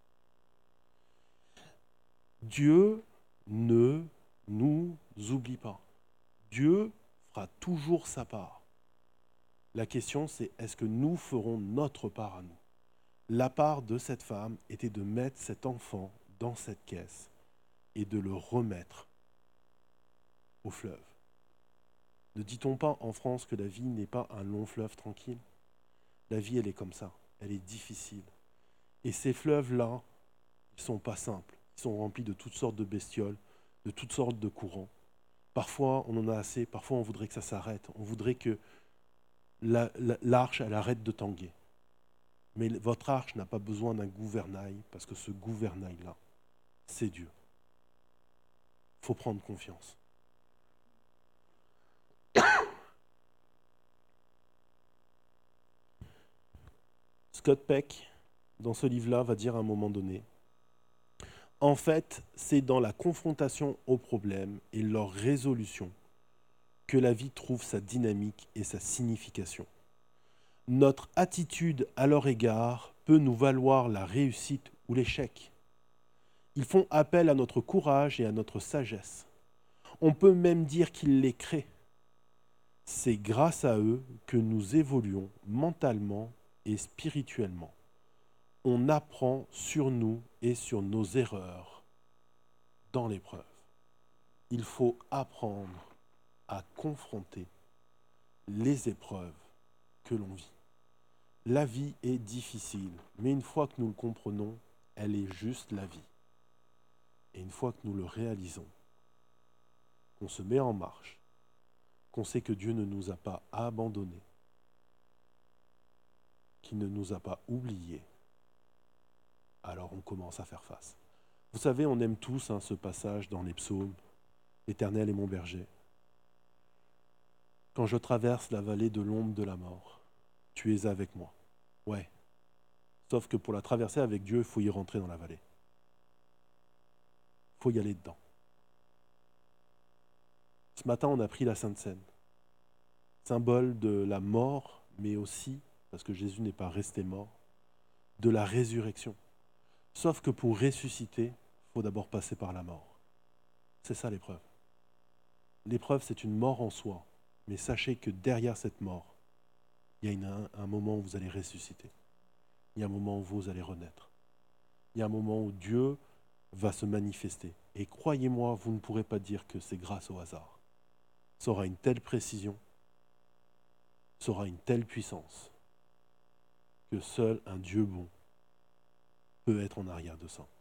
Dieu ne nous oublie pas. Dieu fera toujours sa part. La question, c'est est-ce que nous ferons notre part à nous? La part de cette femme était de mettre cet enfant dans cette caisse et de le remettre au fleuve. Ne dit-on pas en France que la vie n'est pas un long fleuve tranquille? La vie, elle est comme ça, elle est difficile. Et ces fleuves-là, ils ne sont pas simples. Ils sont remplis de toutes sortes de bestioles, de toutes sortes de courants. Parfois, on en a assez, parfois on voudrait que ça s'arrête. On voudrait que l'arche, elle arrête de tanguer. Mais votre arche n'a pas besoin d'un gouvernail, parce que ce gouvernail-là, c'est Dieu. Il faut prendre confiance. Scott Peck, dans ce livre-là, va dire à un moment donné, en fait, c'est dans la confrontation aux problèmes et leur résolution que la vie trouve sa dynamique et sa signification. Notre attitude à leur égard peut nous valoir la réussite ou l'échec. Ils font appel à notre courage et à notre sagesse. On peut même dire qu'ils les créent. C'est grâce à eux que nous évoluons mentalement et spirituellement. On apprend sur nous et sur nos erreurs dans l'épreuve. Il faut apprendre à confronter les épreuves que l'on vit. La vie est difficile, mais une fois que nous le comprenons, elle est juste la vie. Et une fois que nous le réalisons, qu'on se met en marche, qu'on sait que Dieu ne nous a pas abandonnés, qu'il ne nous a pas oubliés, alors on commence à faire face. Vous savez, on aime tous ce passage dans les psaumes, « L'Éternel est mon berger. Quand je traverse la vallée de l'ombre de la mort, tu es avec moi. » Ouais. Sauf que pour la traverser avec Dieu, il faut y rentrer dans la vallée. Il faut y aller dedans. Ce matin, on a pris la Sainte Seine, symbole de la mort, mais aussi, parce que Jésus n'est pas resté mort, de la résurrection. Sauf que pour ressusciter, il faut d'abord passer par la mort. C'est ça l'épreuve. L'épreuve, c'est une mort en soi, mais sachez que derrière cette mort, il y a un moment où vous allez ressusciter. Il y a un moment où vous allez renaître. Il y a un moment où Dieu va se manifester. Et croyez-moi, vous ne pourrez pas dire que c'est grâce au hasard. Ça aura une telle précision, ça aura une telle puissance, que seul un Dieu bon peut être en arrière de ça.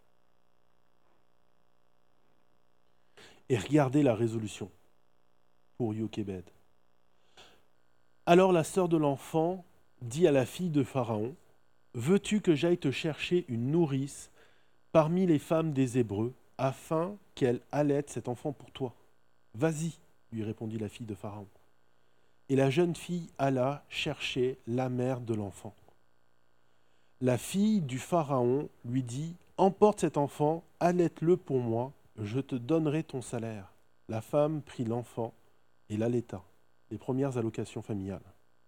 Et regardez la résolution pour Jochebed. Alors la sœur de l'enfant dit à la fille de Pharaon, veux-tu que j'aille te chercher une nourrice parmi les femmes des Hébreux, afin qu'elle allaite cet enfant pour toi? Vas-y, lui répondit la fille de Pharaon. Et la jeune fille alla chercher la mère de l'enfant. La fille du Pharaon lui dit, emporte cet enfant, allaite-le pour moi, je te donnerai ton salaire. La femme prit l'enfant et l'allaita, les premières allocations familiales.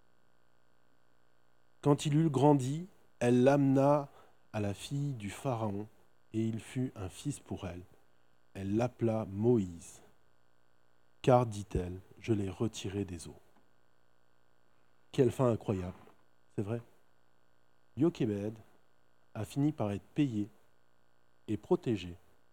Quand il eut grandi, elle l'amena à la fille du Pharaon, et il fut un fils pour elle. Elle l'appela Moïse, car, dit-elle, je l'ai retiré des eaux. Quelle fin incroyable, c'est vrai. Jochebed a fini par être payé et protégé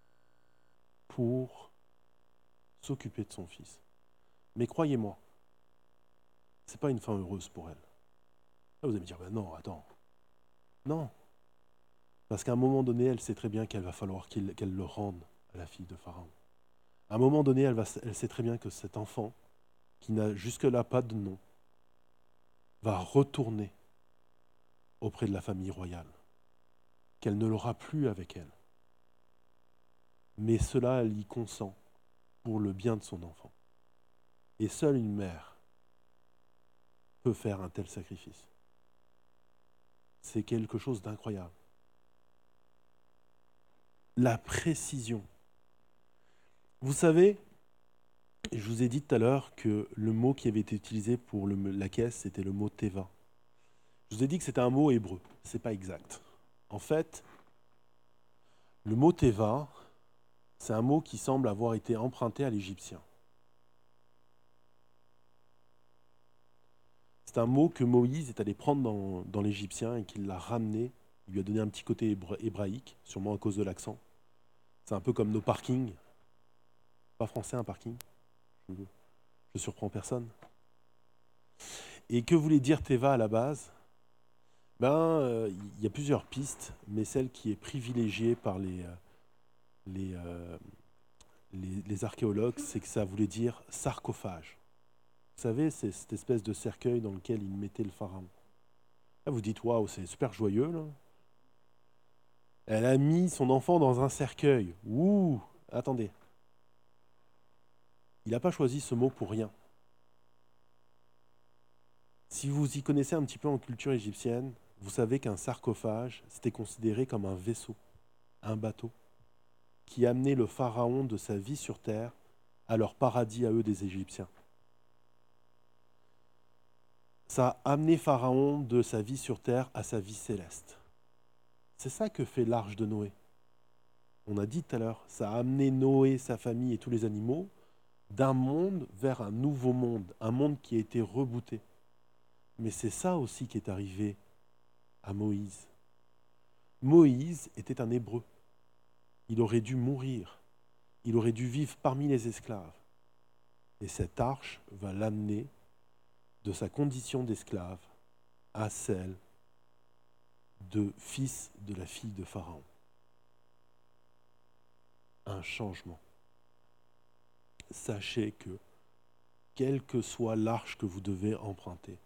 pour s'occuper de son fils. Mais croyez-moi, c'est pas une fin heureuse pour elle. Là, vous allez me dire, ben non, attends. Non. Parce qu'à un moment donné, elle sait très bien qu'elle va falloir qu'elle le rende à la fille de Pharaon. À un moment donné, elle sait très bien que cet enfant, qui n'a jusque-là pas de nom, va retourner auprès de la famille royale, qu'elle ne l'aura plus avec elle. Mais cela, elle y consent pour le bien de son enfant. Et seule une mère peut faire un tel sacrifice. C'est quelque chose d'incroyable. La précision. Vous savez, je vous ai dit tout à l'heure que le mot qui avait été utilisé pour la caisse, c'était le mot teva. Je vous ai dit que c'était un mot hébreu. Ce n'est pas exact. En fait, le mot teva, c'est un mot qui semble avoir été emprunté à l'égyptien. C'est un mot que Moïse est allé prendre dans l'égyptien et qu'il l'a ramené. Il lui a donné un petit côté hébraïque, sûrement à cause de l'accent. C'est un peu comme nos parkings. Pas français, un parking. Je surprends personne. Et que voulait dire Teva à la base? Il y a plusieurs pistes, mais celle qui est privilégiée par les archéologues, c'est que ça voulait dire sarcophage. Vous savez, c'est cette espèce de cercueil dans lequel ils mettaient le pharaon. Là, vous dites, waouh, c'est super joyeux, là. Elle a mis son enfant dans un cercueil. Ouh, attendez. Il n'a pas choisi ce mot pour rien. Si vous y connaissez un petit peu en culture égyptienne, vous savez qu'un sarcophage, c'était considéré comme un vaisseau, un bateau, qui amenait le pharaon de sa vie sur terre à leur paradis à eux des Égyptiens. Ça a amené Pharaon de sa vie sur terre à sa vie céleste. C'est ça que fait l'arche de Noé. On a dit tout à l'heure, ça a amené Noé, sa famille et tous les animaux d'un monde vers un nouveau monde, un monde qui a été rebooté. Mais c'est ça aussi qui est arrivé à Moïse. Moïse était un Hébreu. Il aurait dû mourir. Il aurait dû vivre parmi les esclaves. Et cette arche va l'amener de sa condition d'esclave à celle de fils de la fille de Pharaon. Un changement. Sachez que, quelle que soit l'arche que vous devez emprunter,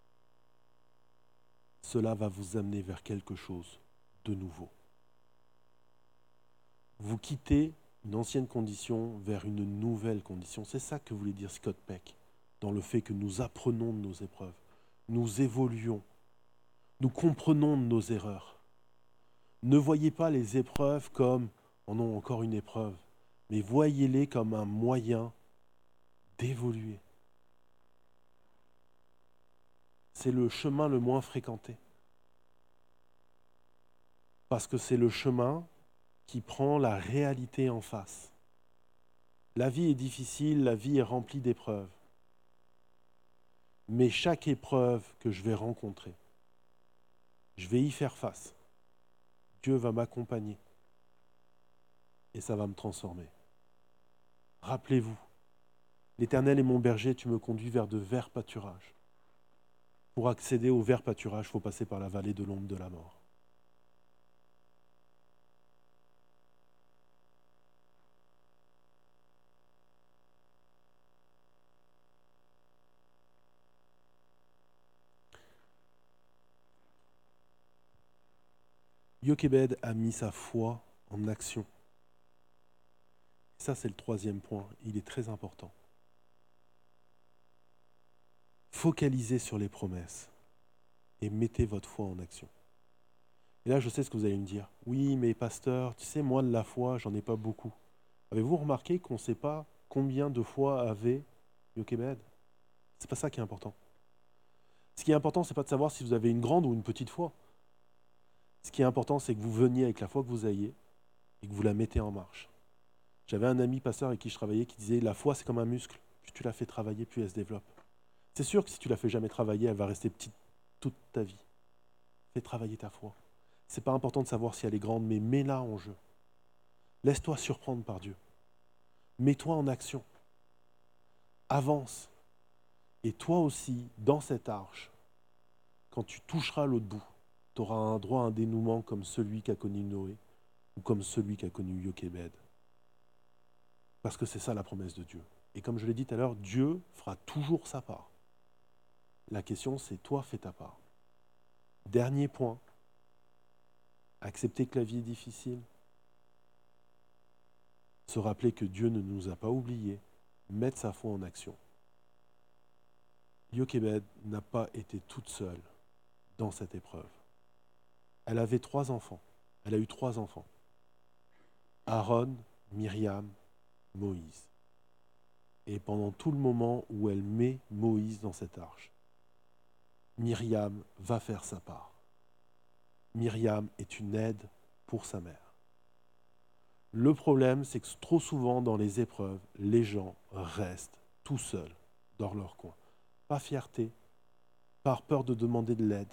cela va vous amener vers quelque chose de nouveau. Vous quittez une ancienne condition vers une nouvelle condition. C'est ça que voulait dire Scott Peck, dans le fait que nous apprenons de nos épreuves, nous évoluons, nous comprenons de nos erreurs. Ne voyez pas les épreuves comme « oh non, encore une épreuve », mais voyez-les comme un moyen d'évoluer. C'est le chemin le moins fréquenté. Parce que c'est le chemin qui prend la réalité en face. La vie est difficile, la vie est remplie d'épreuves. Mais chaque épreuve que je vais rencontrer, je vais y faire face. Dieu va m'accompagner et ça va me transformer. Rappelez-vous, l'Éternel est mon berger, tu me conduis vers de verts pâturages. Pour accéder aux verts pâturages, il faut passer par la vallée de l'ombre de la mort. Jochebed a mis sa foi en action. Ça, c'est le troisième point. Il est très important. Focalisez sur les promesses et mettez votre foi en action. Et là, je sais ce que vous allez me dire. Oui, mais pasteur, tu sais, moi, de la foi, j'en ai pas beaucoup. Avez-vous remarqué qu'on ne sait pas combien de foi avait Jochebed? C'est pas ça qui est important. Ce qui est important, c'est pas de savoir si vous avez une grande ou une petite foi. Ce qui est important, c'est que vous veniez avec la foi que vous ayez et que vous la mettez en marche. J'avais un ami pasteur avec qui je travaillais qui disait la foi, c'est comme un muscle. Plus tu la fais travailler, plus elle se développe. C'est sûr que si tu la fais jamais travailler, elle va rester petite toute ta vie. Fais travailler ta foi. C'est pas important de savoir si elle est grande, mais mets-la en jeu. Laisse-toi surprendre par Dieu. Mets-toi en action. Avance. Et toi aussi, dans cette arche, quand tu toucheras l'autre bout, tu auras un droit à un dénouement comme celui qu'a connu Noé ou comme celui qu'a connu Jochebed. Parce que c'est ça la promesse de Dieu. Et comme je l'ai dit tout à l'heure, Dieu fera toujours sa part. La question, c'est toi, fais ta part. Dernier point, accepter que la vie est difficile, se rappeler que Dieu ne nous a pas oubliés, mettre sa foi en action. Jochebed n'a pas été toute seule dans cette épreuve. Elle avait 3 enfants. Elle a eu 3 enfants. Aaron, Myriam, Moïse. Et pendant tout le moment où elle met Moïse dans cette arche, Myriam va faire sa part. Myriam est une aide pour sa mère. Le problème, c'est que trop souvent dans les épreuves, les gens restent tout seuls dans leur coin. Par fierté, par peur de demander de l'aide.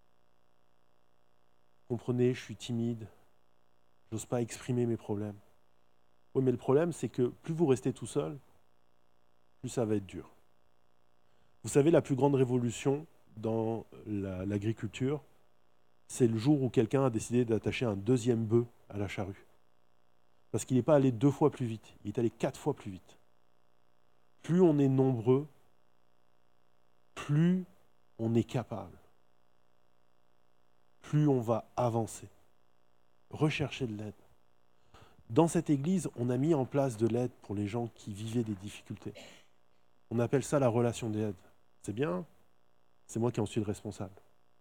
Comprenez, je suis timide, j'ose pas exprimer mes problèmes. Oui, mais le problème, c'est que plus vous restez tout seul, plus ça va être dur. Vous savez, la plus grande révolution dans l'agriculture, c'est le jour où quelqu'un a décidé d'attacher un 2e bœuf à la charrue. Parce qu'il n'est pas allé 2 fois plus vite, il est allé 4 fois plus vite. Plus on est nombreux, plus on est capable. Plus on va avancer. Rechercher de l'aide. Dans cette église, on a mis en place de l'aide pour les gens qui vivaient des difficultés. On appelle ça la relation d'aide. C'est bien, c'est moi qui en suis le responsable.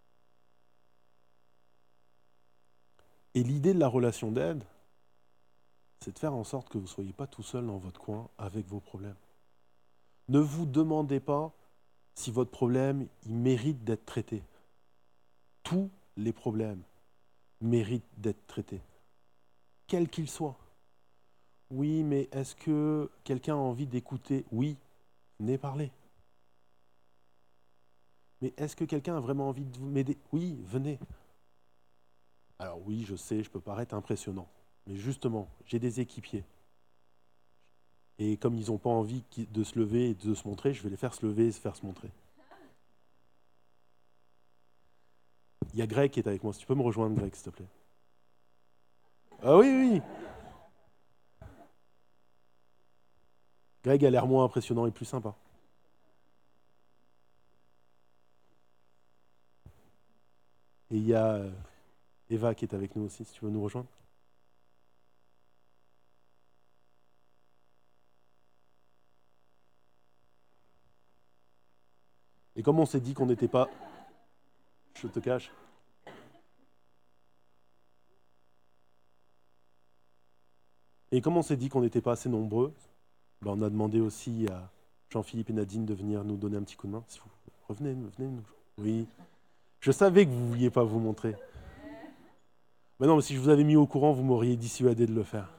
Et l'idée de la relation d'aide, c'est de faire en sorte que vous ne soyez pas tout seul dans votre coin avec vos problèmes. Ne vous demandez pas si votre problème il mérite d'être traité. Tous les problèmes méritent d'être traités, quels qu'ils soient. Oui, mais est-ce que quelqu'un a envie d'écouter? Oui, venez parler. Mais est-ce que quelqu'un a vraiment envie de m'aider? Oui, venez. Alors oui, je sais, je peux paraître impressionnant, mais justement, j'ai des équipiers. Et comme ils n'ont pas envie de se lever et de se montrer, je vais les faire se lever et se faire se montrer. Il y a Greg qui est avec moi. Si tu peux me rejoindre, Greg, s'il te plaît. Ah oui, oui. Greg a l'air moins impressionnant et plus sympa. Et il y a Eva qui est avec nous aussi, si tu veux nous rejoindre. Et comme on s'est dit qu'on n'était pas... Je te cache. Et comme on s'est dit qu'on n'était pas assez nombreux, ben on a demandé aussi à Jean-Philippe et Nadine de venir nous donner un petit coup de main. Si vous revenez, venez nous. Oui. Je savais que vous ne vouliez pas vous montrer. Mais non, mais si je vous avais mis au courant, vous m'auriez dissuadé de le faire.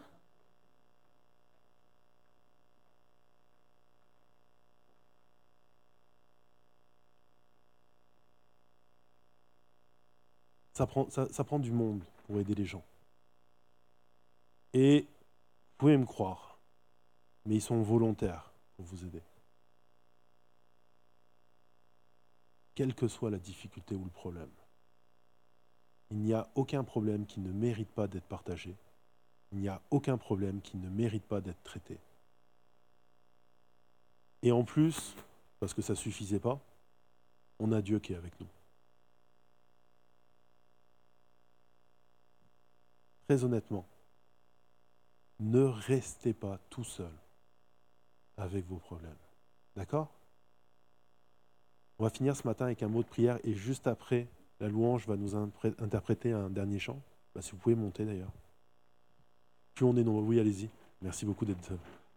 Ça prend du monde pour aider les gens. Et vous pouvez me croire, mais ils sont volontaires pour vous aider. Quelle que soit la difficulté ou le problème. Il n'y a aucun problème qui ne mérite pas d'être partagé. Il n'y a aucun problème qui ne mérite pas d'être traité. Et en plus, parce que ça ne suffisait pas, on a Dieu qui est avec nous. très honnêtement, ne restez pas tout seul avec vos problèmes. D'accord ? On va finir ce matin avec un mot de prière et juste après, la louange va nous interpréter un dernier chant. Si vous pouvez monter d'ailleurs. Plus on est nombreux, oui, allez-y. Merci beaucoup d'être...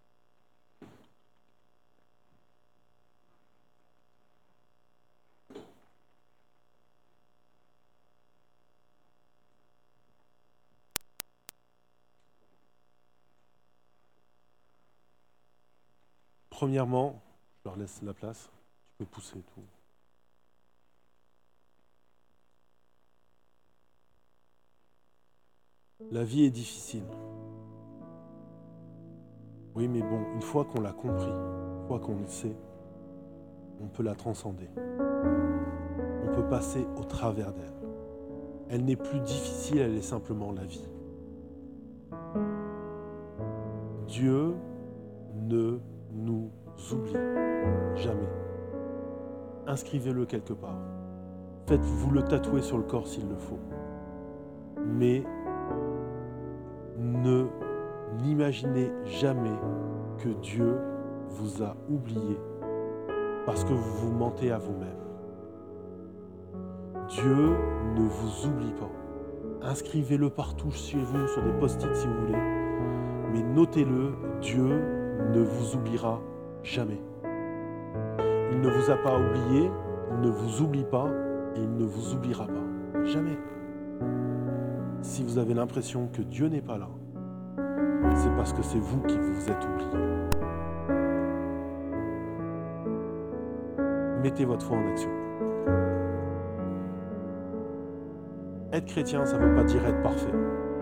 Premièrement, je leur laisse la place. Tu peux pousser tout. La vie est difficile. Oui, mais bon, une fois qu'on l'a compris, une fois qu'on le sait, on peut la transcender. On peut passer au travers d'elle. Elle n'est plus difficile, elle est simplement la vie. Dieu ne nous oublie jamais. Inscrivez-le quelque part. Faites-vous le tatouer sur le corps s'il le faut. Mais n'imaginez jamais que Dieu vous a oublié parce que vous vous mentez à vous-même. Dieu ne vous oublie pas. Inscrivez-le partout chez vous, sur des post-it si vous voulez. Mais notez-le, Dieu ne vous oubliera jamais. Il ne vous a pas oublié, il ne vous oublie pas et il ne vous oubliera pas. Jamais. Si vous avez l'impression que Dieu n'est pas là, c'est parce que c'est vous qui vous êtes oublié. Mettez votre foi en action. Être chrétien, ça ne veut pas dire être parfait.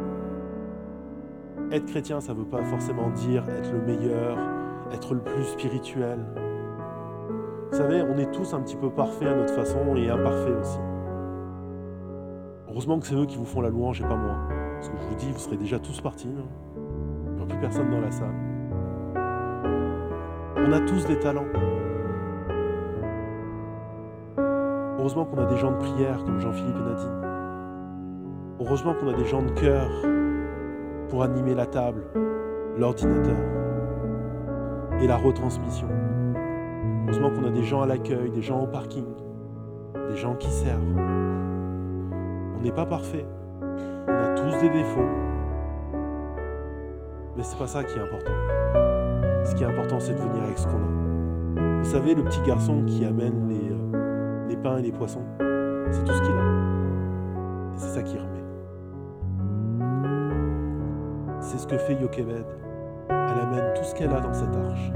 Être chrétien, ça ne veut pas forcément dire être le meilleur, être le plus spirituel. Vous savez, on est tous un petit peu parfaits à notre façon et imparfaits aussi. Heureusement que c'est eux qui vous font la louange et pas moi. Parce que je vous dis, vous serez déjà tous partis. Il n'y aura plus personne dans la salle. On a tous des talents. Heureusement qu'on a des gens de prière comme Jean-Philippe et Nadine. Heureusement qu'on a des gens de cœur pour animer la table, l'ordinateur et la retransmission. Heureusement qu'on a des gens à l'accueil, des gens au parking, des gens qui servent. On n'est pas parfait. On a tous des défauts. Mais c'est pas ça qui est important. Ce qui est important, c'est de venir avec ce qu'on a. Vous savez, le petit garçon qui amène les pains et les poissons, c'est tout ce qu'il a. Et c'est ça qui remet. C'est ce que fait Jochebed. Elle amène tout ce qu'elle a dans cette arche.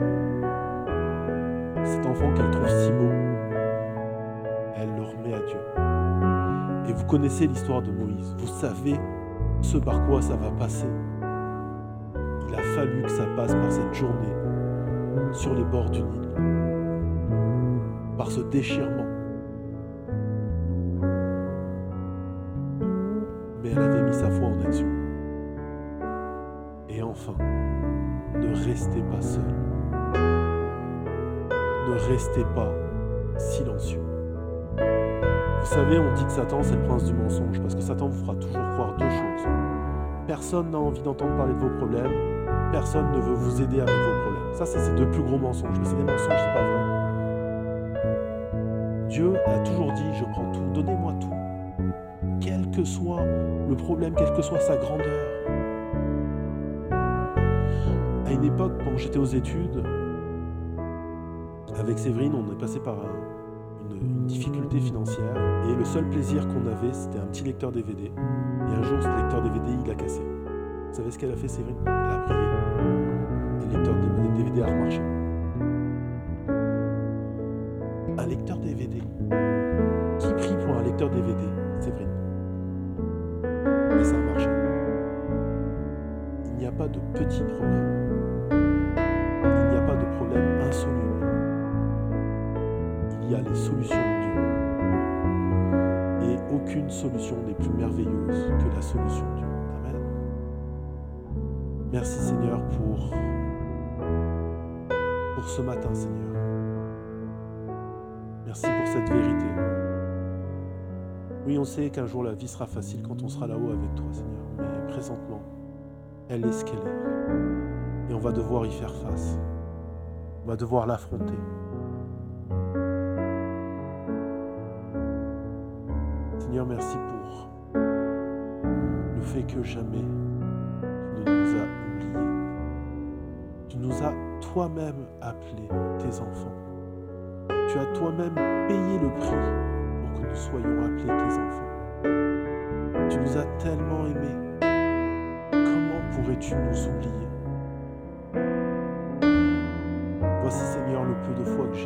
Cet enfant qu'elle trouve si beau, elle le remet à Dieu. Et vous connaissez l'histoire de Moïse. Vous savez ce par quoi ça va passer. Il a fallu que ça passe par cette journée sur les bords du Nil. Par ce déchirement. Mais elle avait mis sa foi en action. Et enfin, ne restez pas seul. Ne restez pas silencieux. Vous savez, on dit que Satan, c'est le prince du mensonge, parce que Satan vous fera toujours croire deux choses. Personne n'a envie d'entendre parler de vos problèmes, personne ne veut vous aider avec vos problèmes. Ça, c'est ses deux plus gros mensonges, mais c'est des mensonges, c'est pas vrai. Dieu a toujours dit, je prends tout, donnez-moi tout. Quel que soit le problème, quelle que soit sa grandeur. À une époque, quand j'étais aux études, avec Séverine, on est passé par une difficulté financière et le seul plaisir qu'on avait, c'était un petit lecteur DVD. Et un jour, ce lecteur DVD, il a cassé. Vous savez ce qu'elle a fait, Séverine ? Elle a prié. Et le lecteur DVD a remarché. Un lecteur DVD. Qui prie pour un lecteur DVD, Séverine ? Et ça a marché. Il n'y a pas de petits problèmes. Il n'y a pas de problème insoluble. Il y a les solutions de Dieu. Et aucune solution n'est plus merveilleuse que la solution de Dieu. Amen. Merci Seigneur pour ce matin, Seigneur. Merci pour cette vérité. Oui, on sait qu'un jour la vie sera facile quand on sera là-haut avec toi, Seigneur. Mais présentement, elle est ce qu'elle est. Et on va devoir y faire face. On va devoir l'affronter. Seigneur, merci pour le fait que jamais tu ne nous as oubliés. Tu nous as toi-même appelés tes enfants. Tu as toi-même payé le prix pour que nous soyons appelés tes enfants. Tu nous as tellement aimés. Comment pourrais-tu nous oublier? Voici, Seigneur, le peu de foi que j'ai.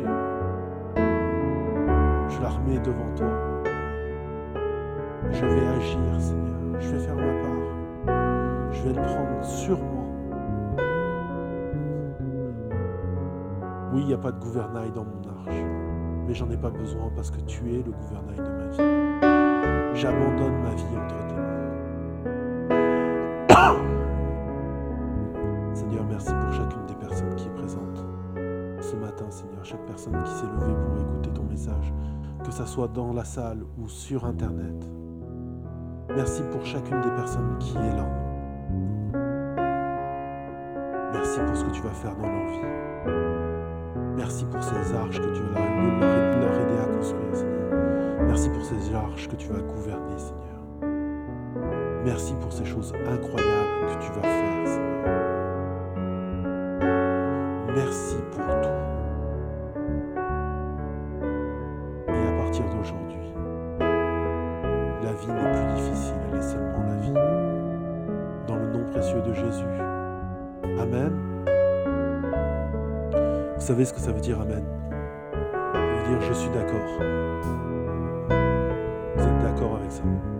Je la remets devant toi. Je vais agir, Seigneur. Je vais faire ma part. Je vais le prendre sur moi. Oui, il n'y a pas de gouvernail dans mon arche, mais j'en ai pas besoin parce que tu es le gouvernail de ma vie. J'abandonne ma vie entre tes mains. Seigneur, merci pour chacune des personnes qui est présente ce matin, Seigneur. Chaque personne qui s'est levée pour écouter ton message, que ça soit dans la salle ou sur Internet. Merci pour chacune des personnes qui est là. Merci pour ce que tu vas faire dans leur vie. Merci pour ces arches que tu vas leur aider à construire, Seigneur. Merci pour ces arches que tu vas gouverner, Seigneur. Merci pour ces choses incroyables que tu vas faire, Seigneur. Merci pour tout. Et à partir d'aujourd'hui, la vie n'est plus difficile, elle est seulement la vie. Dans le nom précieux de Jésus. Amen. Vous savez ce que ça veut dire, Amen? Ça veut dire je suis d'accord. Vous êtes d'accord avec ça?